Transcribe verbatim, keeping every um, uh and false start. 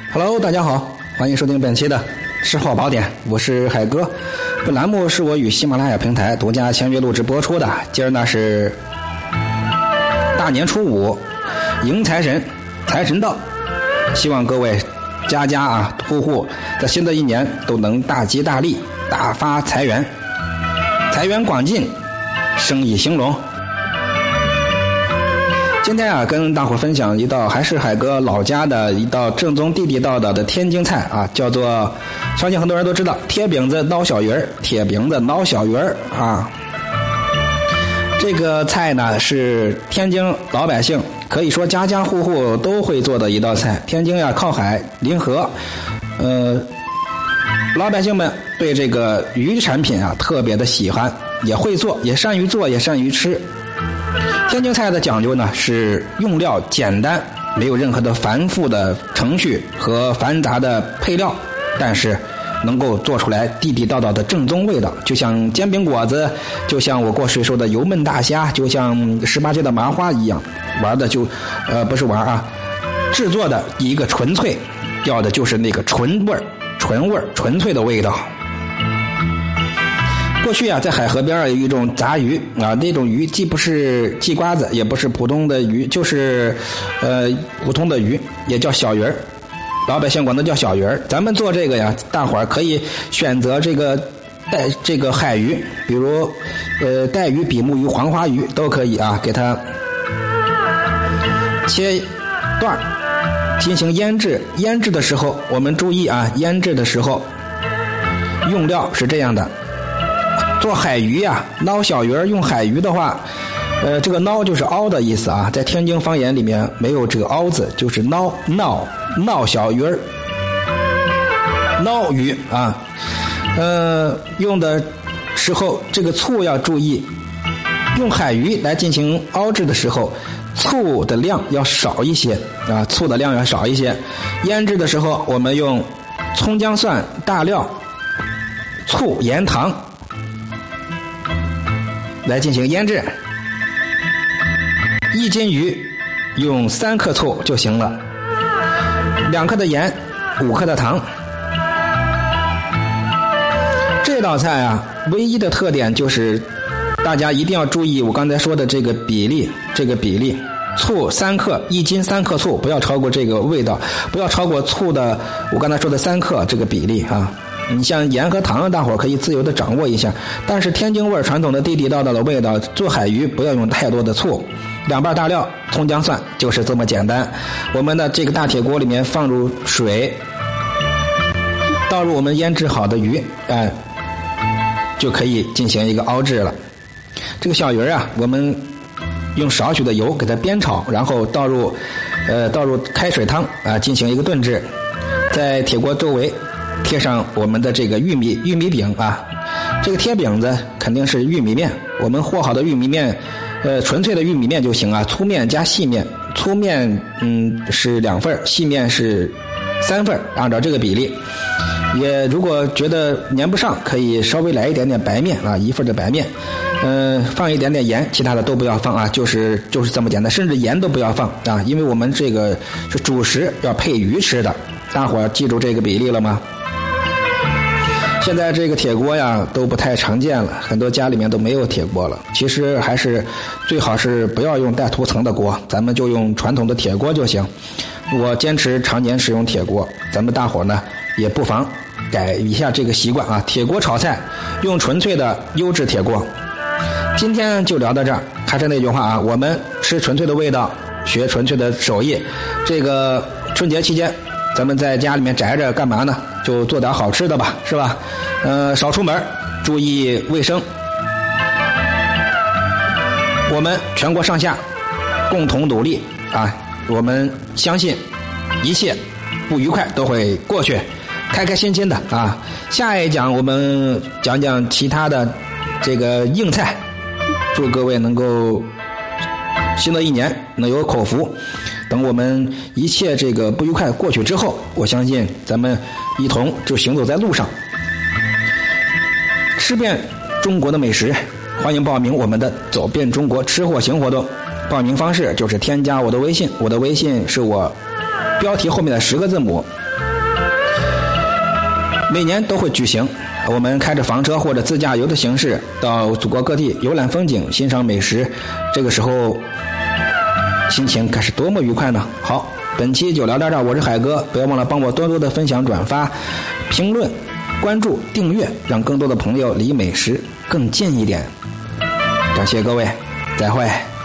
Hello， 大家好，欢迎收听本期的吃货宝典，我是海哥。本栏目是我与喜马拉雅平台独家签约录制播出的。今儿呢是大年初五，迎财神，财神到，希望各位家家啊户户在新的一年都能大吉大利，大发财源，财源广进，生意兴隆。今天啊，跟大伙分享一道还是海哥老家的一道正宗地地道道的天津菜啊，叫做，相信很多人都知道，铁饼子捞小鱼儿，铁饼子捞小鱼儿啊。这个菜呢是天津老百姓可以说家家户户都会做的一道菜。天津呀靠海临河，呃，老百姓们对这个鱼产品啊特别的喜欢，也会做，也善于做，也善于吃。天津菜的讲究呢是用料简单，没有任何的繁复的程序和繁杂的配料，但是能够做出来地地道道的正宗味道，就像煎饼果子，就像我过水说的油焖大虾，就像十八街的麻花一样，玩的就呃不是玩啊，制作的一个纯粹，要的就是那个纯味儿、纯味儿、纯粹的味道。过去啊，在海河边有一种杂鱼啊，那种鱼既不是鸡瓜子，也不是普通的鱼，就是呃普通的鱼，也叫小鱼儿。老百姓管它叫小鱼儿。咱们做这个呀，大伙儿可以选择这个带这个海鱼，比如呃带鱼、比目鱼、黄花鱼都可以啊，给它切段进行腌制。腌制的时候，我们注意啊，腌制的时候用料是这样的。做海鱼呀、啊，捞小鱼儿用海鱼的话，呃，这个捞就是凹的意思啊，在天津方言里面没有这个凹字，就是捞闹闹小鱼儿，捞鱼啊，呃，用的时候这个醋要注意，用海鱼来进行熬制的时候，醋的量要少一些啊，醋的量要少一些。腌制的时候，我们用葱姜蒜大料、醋盐糖来进行腌制。一斤鱼用三克醋就行了，两克的盐，五克的糖。这道菜啊，唯一的特点就是大家一定要注意我刚才说的这个比例，这个比例，醋三克，一斤三克醋，不要超过这个味道，不要超过醋的我刚才说的三克这个比例啊。你像盐和糖，大伙儿可以自由的掌握一下，但是天津味传统的地地道道的味道，做海鱼不要用太多的醋，两瓣大料，葱姜蒜，就是这么简单。我们的这个大铁锅里面放入水，倒入我们腌制好的鱼，哎，就可以进行一个熬制了。这个小鱼啊，我们用少许的油给它煸炒，然后倒入呃倒入开水汤啊，进行一个炖制，在铁锅周围贴上我们的这个玉米玉米饼啊，这个贴饼子肯定是玉米面，我们和好的玉米面，呃，纯粹的玉米面就行啊，粗面加细面，粗面嗯是两份，细面是三份，按照这个比例。也如果觉得粘不上，可以稍微来一点点白面啊，一份的白面，嗯、呃，放一点点盐，其他的都不要放啊，就是就是这么简单，甚至盐都不要放啊，因为我们这个是主食要配鱼吃的，大伙儿记住这个比例了吗？现在这个铁锅呀都不太常见了，很多家里面都没有铁锅了。其实还是最好是不要用带涂层的锅，咱们就用传统的铁锅就行。我坚持常年使用铁锅，咱们大伙呢也不妨改一下这个习惯啊。铁锅炒菜用纯粹的优质铁锅。今天就聊到这儿，还是那句话啊，我们吃纯粹的味道，学纯粹的手艺。这个春节期间咱们在家里面宅着干嘛呢？就做点好吃的吧，是吧？呃，少出门，注意卫生。我们全国上下共同努力啊！我们相信一切不愉快都会过去，开开心心的啊！下一讲我们讲讲其他的这个硬菜，祝各位能够新的一年能有口福。等我们一切这个不愉快过去之后，我相信咱们一同就行走在路上，吃遍中国的美食。欢迎报名我们的走遍中国吃货行活动，报名方式就是添加我的微信，我的微信是我标题后面的十个字母每年都会举行，我们开着房车或者自驾游的形式到祖国各地游览风景，欣赏美食，这个时候心情该是多么愉快呢。好，本期就聊到这儿，我是海哥，不要忘了帮我多多的分享、转发、评论、关注、订阅，让更多的朋友离美食更近一点。感谢各位，再会。